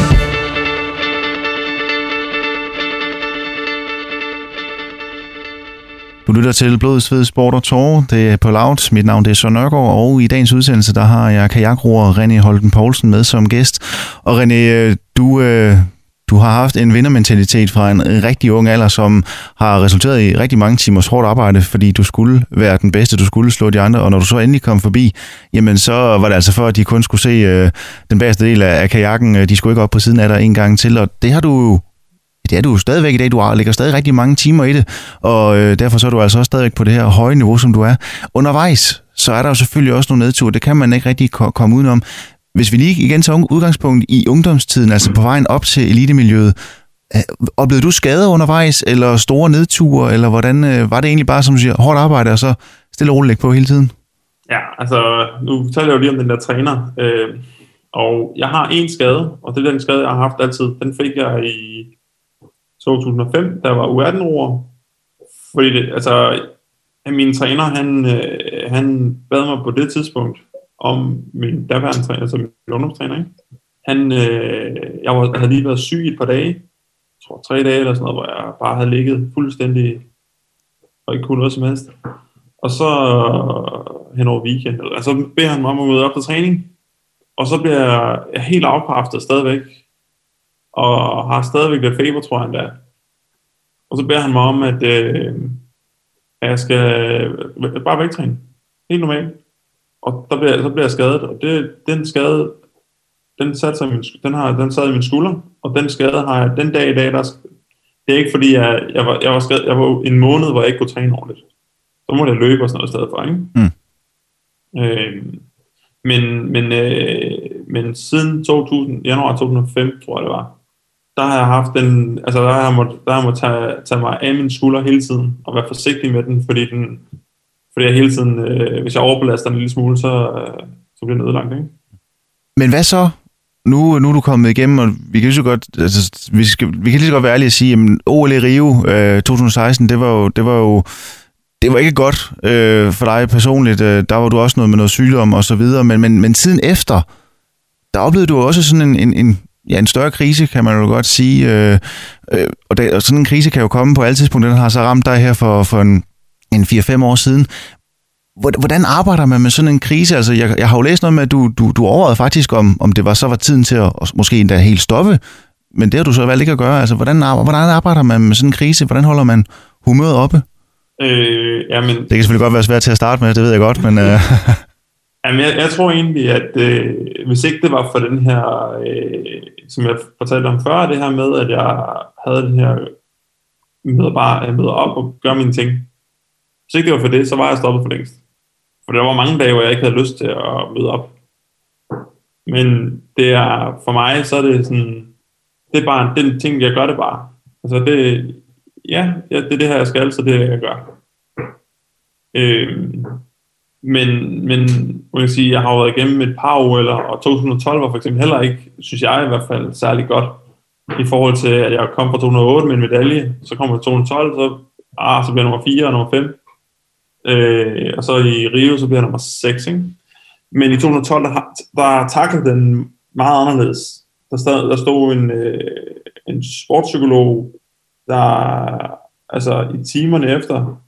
Du lytter til Blod, Sved, Sport og Tårer. Det er på Loud. Mit navn det er Søren Nørgaard, og i dagens udsendelse der har jeg kajakroer René Holten Poulsen med som gæst. Og René, du har haft en vindermentalitet fra en rigtig ung alder, som har resulteret i rigtig mange timers hårdt arbejde, fordi du skulle være den bedste, du skulle slå de andre, og når du så endelig kom forbi, jamen så var det altså for, at de kun skulle se den bedste del af kajakken. De skulle ikke op på siden af dig en gang til, og det har du det er du stadigvæk i dag. Du lægger stadig rigtig mange timer i det, og derfor så er du altså også stadigvæk på det her høje niveau, som du er. Undervejs, så er der jo selvfølgelig også nogle nedture. Det kan man ikke rigtig komme udenom. Hvis vi lige igen tager udgangspunkt i ungdomstiden, altså på vejen op til elitemiljøet, oplevede du skader undervejs, eller store nedture, eller hvordan var det egentlig bare, som du siger, hårdt arbejde, og så stille og roligt lægge på hele tiden? Ja, altså, nu taler jeg jo lige om den der træner, og jeg har en skade, og det er den skade, jeg har haft altid. Den fik jeg i 2005, der var U18-roer, fordi det, altså, min træner, han bad mig på det tidspunkt, om min daværende træner, altså min ungdomstræner, ikke? Jeg havde lige været syg i et par dage, jeg tror 3 dage eller sådan noget, hvor jeg bare havde ligget fuldstændig og ikke kunne noget som helst. Og så hen over weekend, altså beder han mig om at møde op til træning, og så bliver jeg helt afkræftet stadigvæk, og har stadigvæk lidt feber, tror jeg endda. Og så beder han mig om, at jeg skal bare vægttræne, helt normalt. Og så bliver jeg skadet, og den skade, den sad i min skulder, og den skade har jeg den dag i dag, det er ikke fordi, jeg var skadet, jeg var en måned, hvor jeg ikke kunne træne ordentligt. Så måtte jeg løbe og sådan noget i stedet for, ikke? Men siden januar 2005, tror jeg det var, der har jeg haft den, altså der har jeg måttet tage mig af min skulder hele tiden, og være forsigtig med den, fordi jeg hele tiden, hvis jeg overbelaster den en lille smule, så bliver den ødelagt, ikke? Men hvad så? Nu er du kommet igennem, og vi kan lige så godt, altså, vi kan lige så godt være ærlige at sige, at OL i Rio 2016, det var ikke godt for dig personligt. Der var du også med noget sygdom og så videre, men tiden efter, der oplevede du også sådan en større krise, kan man jo godt sige. Og sådan en krise kan jo komme på alle tidspunkter. Den har så ramt dig her for en 4-5 år siden. Hvordan arbejder man med sådan en krise? Altså, jeg har jo læst noget med, at du overvejede faktisk, om det var tiden til at måske endda helt stoppe Men det har du så valgt ikke at gøre. Altså, hvordan arbejder man med sådan en krise? Hvordan holder man humøret oppe? Jamen, det kan selvfølgelig godt være svært til at starte med, det ved jeg godt, men... Jamen, jeg tror egentlig, at hvis ikke det var for den her, som jeg fortalte om før, det her med, at jeg havde den her møder op og gøre mine ting. Hvis ikke det var for det, så var jeg stoppet for længst. For der var mange dage, hvor jeg ikke havde lyst til at møde op. Men det er, for mig, så er det sådan, det er bare den ting, jeg gør det bare. Altså det, det er det her, jeg skal, så det er det, jeg gør. Men må jeg sige, jeg har været igennem et par OL'er, og 2012 var for eksempel heller ikke, synes jeg i hvert fald, særlig godt. I forhold til, at jeg kom fra 2008 med en medalje, så kommer jeg 2012, så bliver jeg nummer 4 og nummer 5. Og så i Rio, så bliver jeg nummer 6, ikke? Men i 2012, der taklede den meget anderledes. Der stod en sportspsykolog, der altså i timerne efter,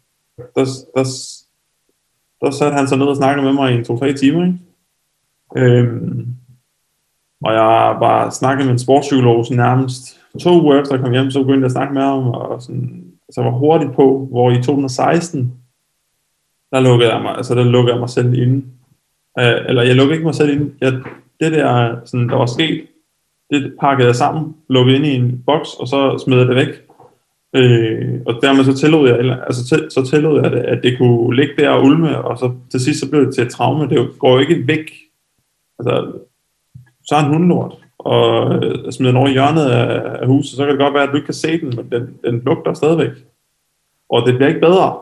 der satte han sig ned og snakkede med mig i 2-3 timer, ikke? Og jeg bare snakkede med en sportspsykolog sådan nærmest 2 uger efter jeg kom hjem, så begyndte jeg at snakke med ham, og sådan, så var hurtigt på, hvor i 2016, der lukkede jeg mig selv inde. Eller jeg lukkede ikke mig selv inde. Det der, sådan, der var sket, det pakkede jeg sammen, lukkede ind i en boks, og så smed jeg det væk. Og dermed så tillod jeg det, at det kunne ligge der og ulme, og så til sidst så blev det til et traume. Det går jo ikke væk. Altså, så er en hundelort, og smider den over i hjørnet af huset, så kan det godt være, at du ikke kan se den, men den lugter stadigvæk. Og det bliver ikke bedre.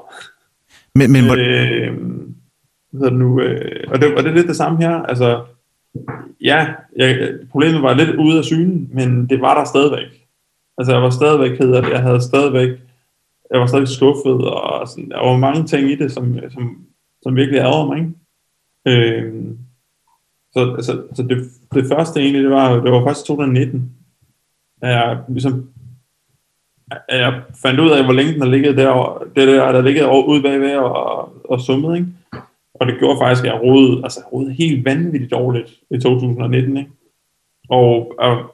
Og det er lidt det samme her. Altså, problemet var lidt ude af synen, men det var der stadigvæk. Altså, jeg var stadigvæk ked af det. Jeg var stadig skuffet, og sådan, der var mange ting i det, som virkelig ærgede mig, ikke? Så det første egentlig, det var først 2019, at jeg fandt ud af, hvor længe den har ligget der ligget ude bagved og summet, ikke? Og det gjorde faktisk, at jeg rodede helt vanvittigt dårligt i 2019, ikke? Og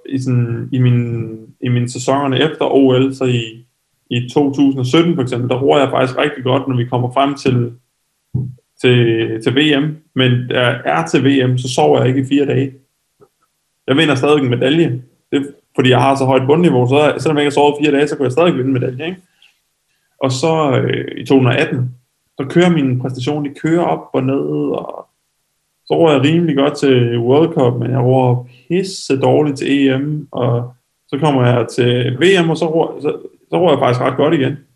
i mine sæsonerne efter OL, så i 2017 for eksempel, der roer jeg faktisk rigtig godt, når vi kommer frem til VM. Men da jeg er til VM, så sover jeg ikke i 4 dage. Jeg vinder stadig en medalje. Det er, fordi jeg har så højt bundniveau, så selvom jeg ikke har sovet 4 dage, så kan jeg stadig vinde en medalje, ikke? Og så i 2018, så kører min præstation, de kører op og ned, og så roer jeg rimelig godt til World Cup, men jeg roer pisse dårligt til EM, og så kommer jeg til VM, og så roer jeg faktisk ret godt igen.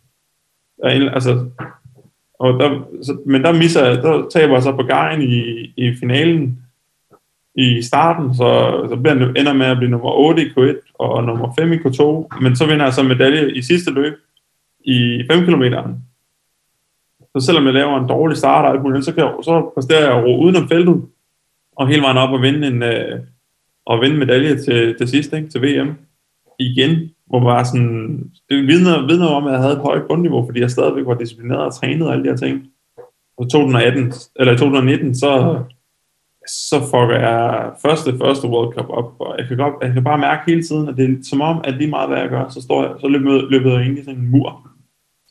Men der taber jeg så på Gein i finalen i starten, så ender med at blive nummer 8 i Q1 og nummer 5 i Q2, men så vinder jeg så medalje i sidste løb i 5 kilometeren. Så selvom jeg laver en dårlig start, så præsterer jeg at ro udenom feltet, og hele vejen op og vinde medalje til sidst, ikke? Til VM. Igen, hvor var sådan, det vidner om, at jeg havde et højt bundniveau, fordi jeg stadigvæk var disciplineret og trænet og alle de her ting. Og i 2019, så fucker jeg første World Cup op, og jeg kan bare mærke hele tiden, at det er som om, at lige meget hvad jeg gør, så løber jeg ind i sådan en mur. Så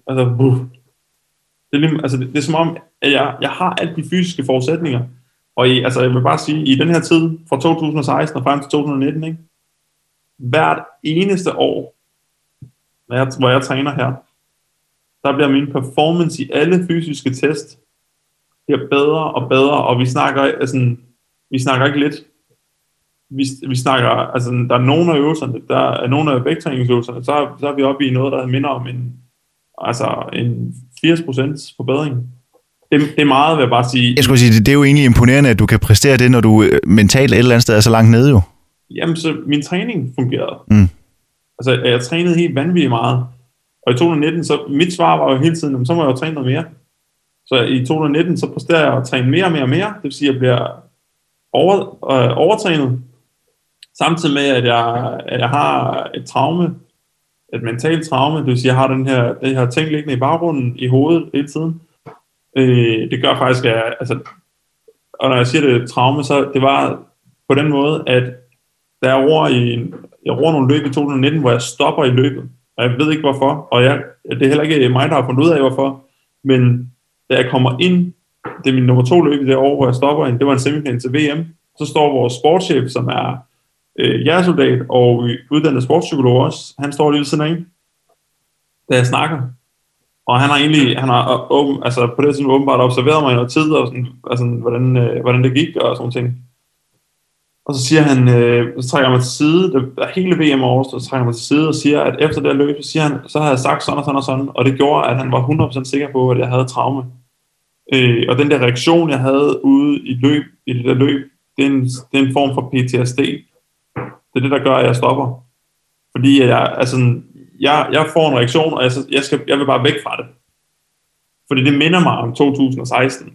det er som om, at jeg har alle de fysiske forudsætninger, og jeg vil bare sige, i den her tid, fra 2016 og frem til 2019, ikke? Hvert eneste år, hvor jeg træner her, der bliver min performance i alle fysiske test bliver bedre og bedre, og vi snakker ikke lidt. Vi snakker, altså der er nogle af øvelserne, der er nogle af vægttræningsøvelserne, så er vi oppe i noget, der minder om en 80% forbedring. Det er meget, vil jeg bare sige. Jeg skulle sige, det er jo egentlig imponerende, at du kan præstere det, når du mentalt et eller andet sted er så langt nede jo. Jamen, så min træning fungerede. Altså, jeg trænede helt vanvittigt meget. Og i 2019, så mit svar var jo hele tiden, så må jeg jo træne noget mere. Så i 2019, så præsterer jeg at træne mere og mere og mere. Det vil sige, at jeg bliver overtrænet. Samtidig med, at jeg har et traume, et mentalt traume. Det vil sige, at jeg har det her ting liggende i baggrunden, i hovedet hele tiden. Det gør faktisk, og når jeg siger det traume, så det var på den måde, at da jeg roer jeg roer nogle løb i 2019, hvor jeg stopper i løbet. Og jeg ved ikke hvorfor, og det er heller ikke mig, der har fundet ud af hvorfor, men da jeg kommer ind, det er min nummer 2 løb i det år, hvor jeg stopper ind, det var en semifinal til VM, så står vores sportschef, som er jægersoldat og uddannet sportspsykolog også, han står lige ved siden af, da jeg snakker. Og han har altså på det tidspunkt åbenbart observeret mig i noget tid, og sådan, altså, hvordan det gik, og sådan ting. Og så siger han, så trækker jeg mig til side, der hele VM over, så trækker jeg mig til side og siger, at efter det løb, så siger han, så har jeg sagt sådan og sådan og sådan, og det gjorde, at han var 100% sikker på, at jeg havde traume. Og den der reaktion, jeg havde ude i det der løb, det er en form for PTSD. Det er det, der gør, at jeg stopper. Fordi jeg får en reaktion, og jeg vil bare væk fra det. Fordi det minder mig om 2016.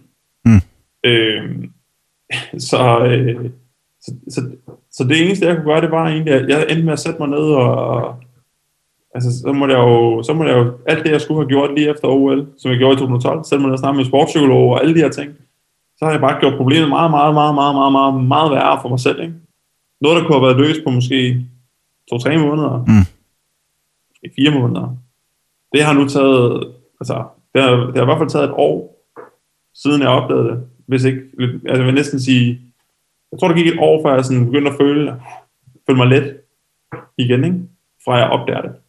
Så det eneste, jeg kunne gøre, det var egentlig, at jeg endte med at sætte mig ned, og altså, så må jeg jo alt det, jeg skulle have gjort lige efter OL, som jeg gjorde i 2012, sætte mig ned og snakke med sportspsykolog og alle de her ting, så har jeg bare gjort problemet meget, meget, meget, meget, meget, meget, meget værre for mig selv, ikke? Noget, der kunne have været løst på måske 2-3 måneder, måske 4 måneder. Det har nu taget, altså, det har i hvert fald taget et år, siden jeg opdagede det, hvis ikke, altså jeg vil næsten sige, jeg tror, det gik et år, før jeg sådan begyndte at føle mig let igen, ikke? Fra jeg opdager det.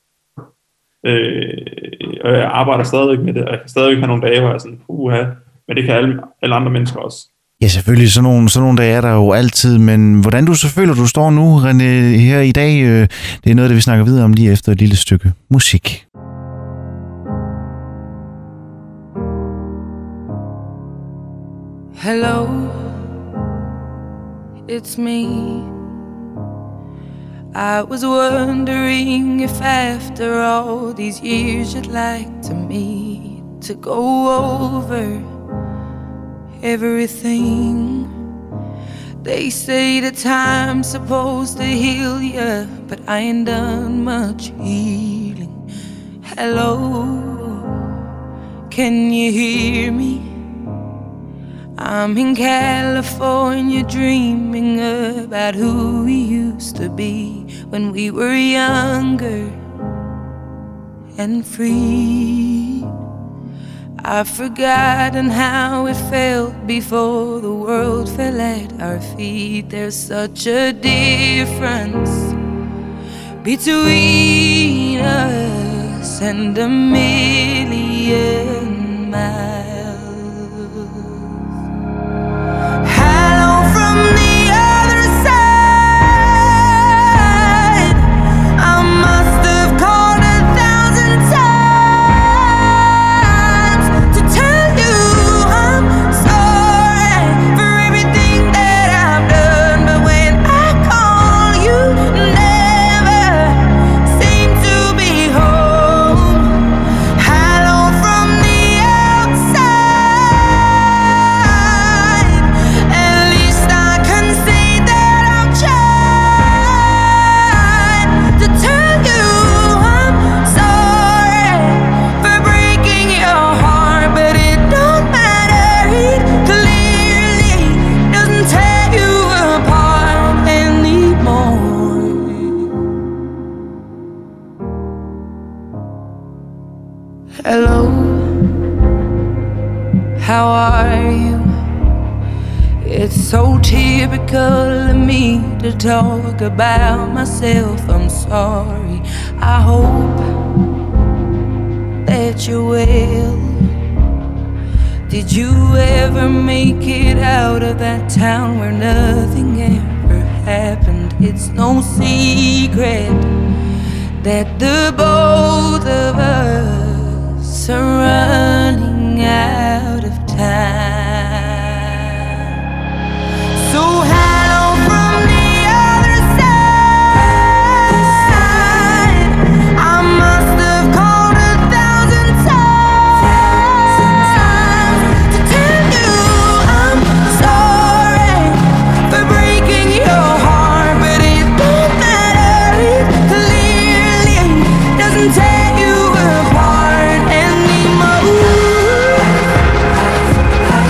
Og jeg arbejder stadigvæk med det, og jeg kan stadigvæk have nogle dage, hvor jeg er sådan, men det kan alle andre mennesker også. Ja, selvfølgelig. Sådan nogle dage er der jo altid, men hvordan du så føler, du står nu, René, her i dag, det er noget, det vi snakker videre om lige efter et lille stykke musik. Hello, it's me. I was wondering if after all these years you'd like to meet to go over everything. They say the time's supposed to heal ya, but I ain't done much healing. Hello, can you hear me? I'm in California dreaming about who we used to be when we were younger and free. I've forgotten how it felt before the world fell at our feet. There's such a difference between us and a million miles. Hello, how are you? It's so typical of me to talk about myself. I'm sorry. I hope that you're well. Did you ever make it out of that town where nothing ever happened? It's no secret that the both of us are running out of time. So hello from the other side. I must have called 1,000 times to tell you I'm sorry for breaking your heart, but it don't matter. It clearly doesn't tear you apart anymore.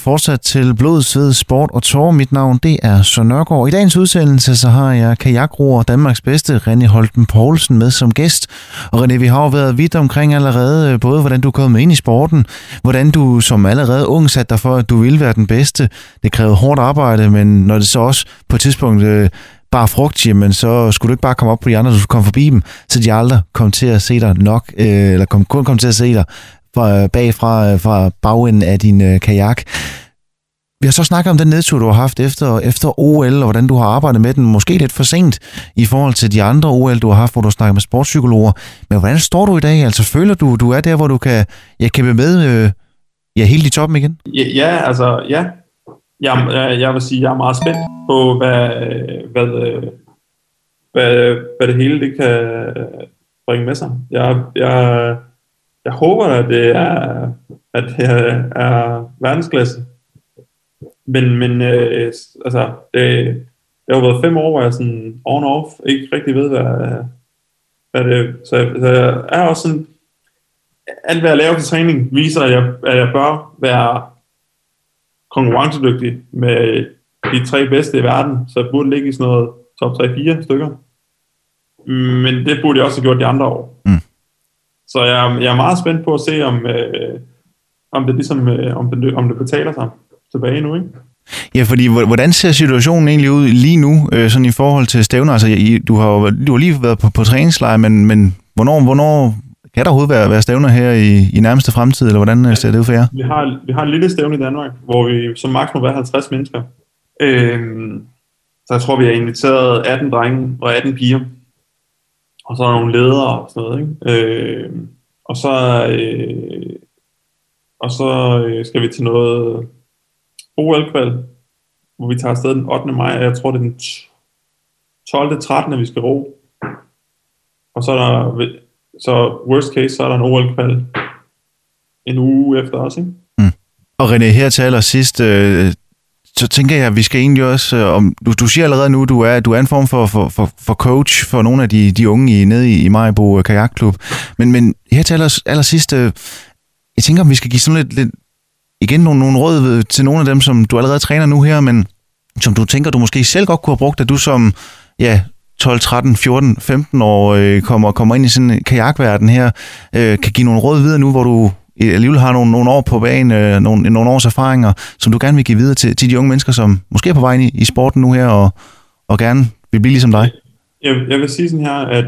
fortsat til Blod, Sved, Sport og Tårer. Mit navn, det er Søren Nørgaard. I dagens udsendelse, så har jeg kajakroer Danmarks bedste, René Holten Poulsen, med som gæst. Og René, vi har jo været vidt omkring allerede, både hvordan du er kommet ind i sporten, hvordan du som allerede ung satte dig for, at du ville være den bedste. Det krævede hårdt arbejde, men når det så også på et tidspunkt bare frugt, jamen så skulle du ikke bare komme op på de andre, du skulle komme forbi dem, så de aldrig kom til at se dig nok, eller kun kom til at se dig fra bagenden af din kajak. Vi har så snakket om den nedtur, du har haft efter OL, og hvordan du har arbejdet med den, måske lidt for sent i forhold til de andre OL, du har haft, hvor du snakker med sportspsykologer. Men hvordan står du i dag? Altså føler du er der, hvor du kan kæmpe med helt i toppen igen? Ja. Jeg vil sige, jeg er meget spændt på, hvad det hele det kan bringe med sig. Jeg håber, at det er verdensklasse. Men det har været 5 år, hvor jeg sådan on-off ikke rigtig ved, hvad det. Så jeg er også sådan, alt hvad jeg laver til træning, viser, at jeg bør være konkurrencedygtig med de 3 bedste i verden, så jeg burde ligge i sådan noget top 3-4 stykker. Men det burde jeg også have gjort de andre år. Mm. Så jeg er meget spændt på at se, om det ligesom, om det betaler sig tilbage nu, ikke? Ja, fordi hvordan ser situationen egentlig ud lige nu, sådan i forhold til stævner? Altså, du har lige været på træningslejr, men hvornår kan der overhovedet være stævner her i nærmeste fremtid, eller hvordan ser det ud for jer? Vi har en lille stævne i Danmark, hvor vi som maks må være 50 mennesker. Så jeg tror, vi har inviteret 18 drenge og 18 piger. Og så er der nogle ledere og sådan noget, ikke? Og så skal vi til noget OL-kval, hvor vi tager afsted den 8. maj, og jeg tror, det er den 12. 13. vi skal ro. Og så worst case, så er der en OL-kval en uge efter os, ikke? Mm. Og René, her til allersidst, så tænker jeg, at vi skal egentlig også, om du siger allerede nu, du er en form for coach for nogle af de unge nede i Maribo Kajakklub. Men her til allersidst, jeg tænker, om vi skal give sådan lidt igen nogle råd til nogle af dem, som du allerede træner nu her, men som du tænker, du måske selv godt kunne have brugt, at du som 12, 13, 14, 15 år kommer ind i sådan en kajakverden her, kan give nogle råd videre nu, hvor du alligevel har nogle år på banen, nogle års erfaringer, som du gerne vil give videre til de unge mennesker, som måske er på vej ind i sporten nu her, og gerne vil blive ligesom dig? Jeg vil sige sådan her, at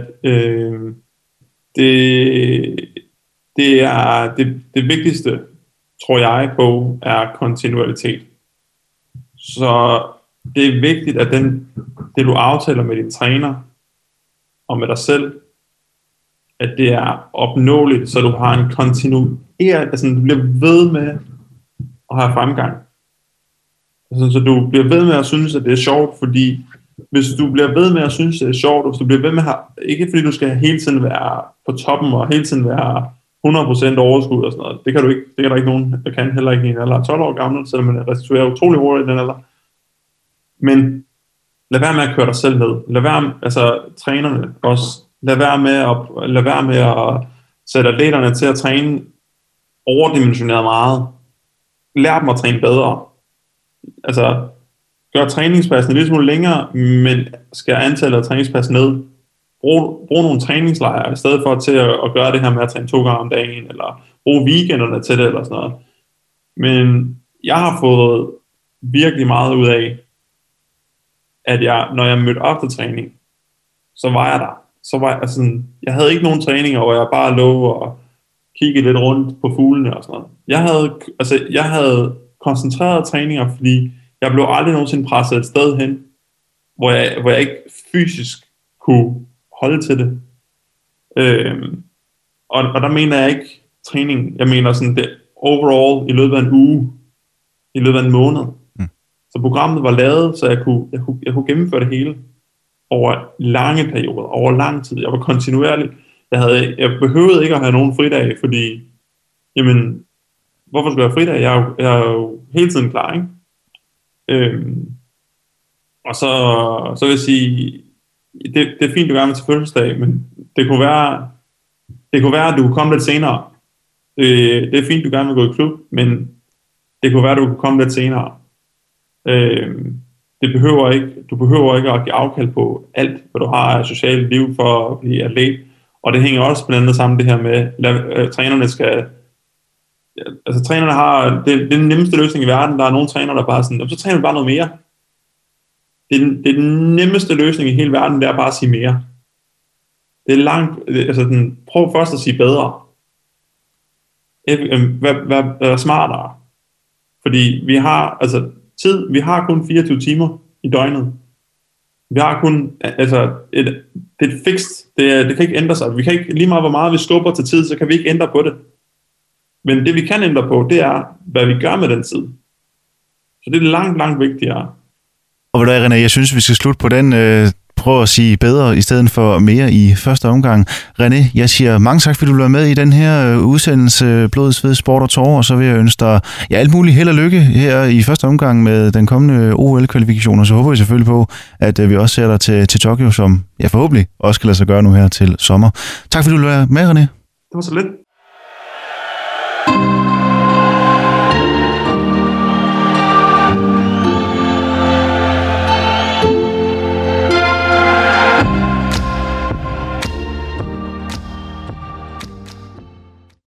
det vigtigste, tror jeg på, er kontinuitet. Så det er vigtigt, at det du aftaler med din træner og med dig selv, at det er opnåeligt, så du har en altså du bliver ved med at have fremgang. Altså, så du bliver ved med at synes, at det er sjovt, fordi hvis du bliver ved med at synes, at det er sjovt, hvis du bliver ved med at ikke fordi du skal hele tiden være på toppen og hele tiden være 100% overskud og sådan noget. Det kan du ikke. Det kan der ikke nogen, der kan, heller ikke en alder af 12 år gammel, selvom man restituerer utrolig hurtigt i den alder. Men lad være med at køre dig selv ned. Lad være, altså trænerne også, lad være med at sætte atleterne til at træne overdimensioneret meget. Lær dem at træne bedre. Altså, gør træningspassen en lille smule længere, men skær antallet af træningspas ned. Brug nogle træningslejre i stedet for til at gøre det her med at træne 2 gange om dagen, eller bruge weekenderne til det, eller sådan noget. Men jeg har fået virkelig meget ud af, at når jeg mødte op til træning, så var jeg der. Så var jeg sådan, jeg havde ikke nogen træninger, hvor jeg bare lå og kiggede lidt rundt på fuglene og sådan noget. Jeg havde koncentrerede træninger, fordi jeg blev aldrig nogensinde presset et sted hen, hvor jeg ikke fysisk kunne holde til det. Og der mener jeg ikke træning, jeg mener sådan det overall i løbet af en uge, i løbet af en måned. Så programmet var lavet, så jeg kunne gennemføre det hele over lange perioder, over lang tid. Jeg var kontinuerlig. Jeg behøvede ikke at have nogen fridag, fordi, jamen, hvorfor skulle jeg have fridag? Jeg er jo hele tiden klar, ikke? Og så vil jeg sige, det er fint, du gør med til fødselsdag, men det kunne være, at du kunne komme lidt senere. Det er fint, du gerne vil gå i klub, men det kunne være, at du kunne komme lidt senere. Du behøver ikke at give afkald på alt, hvad du har af socialt liv for at blive atlet. Og det hænger også blandt andet sammen det her med, trænerne skal... Altså trænerne har... Det er den nemmeste løsning i verden. Der er nogle trænere, der bare sådan... Så træner vi bare noget mere. Det er den nemmeste løsning i hele verden, det er bare at sige mere. Det er langt... Altså prøv først at sige bedre. Vær smartere. Fordi vi har... Altså tid... Vi har kun 24 timer i døgnet. Vi har kun, altså, det er fikst, det kan ikke ændre sig. Vi kan ikke, lige meget hvor meget vi skubber til tid, så kan vi ikke ændre på det. Men det vi kan ændre på, det er, hvad vi gør med den tid. Så det er langt, langt vigtigere. Og ved du hvad, René, jeg synes, vi skal slutte på den, prøve at sige bedre, i stedet for mere i første omgang. René, jeg siger mange tak, fordi du var med i den her udsendelse Blod, Sved, Sport og Tårer, og så vil jeg ønske dig alt muligt held og lykke her i første omgang med den kommende OL-kvalifikationer. Så håber jeg selvfølgelig på, at vi også ser dig til Tokyo, som jeg forhåbentlig også kan lade sig gøre nu her til sommer. Tak fordi du var med, René. Det var så lidt.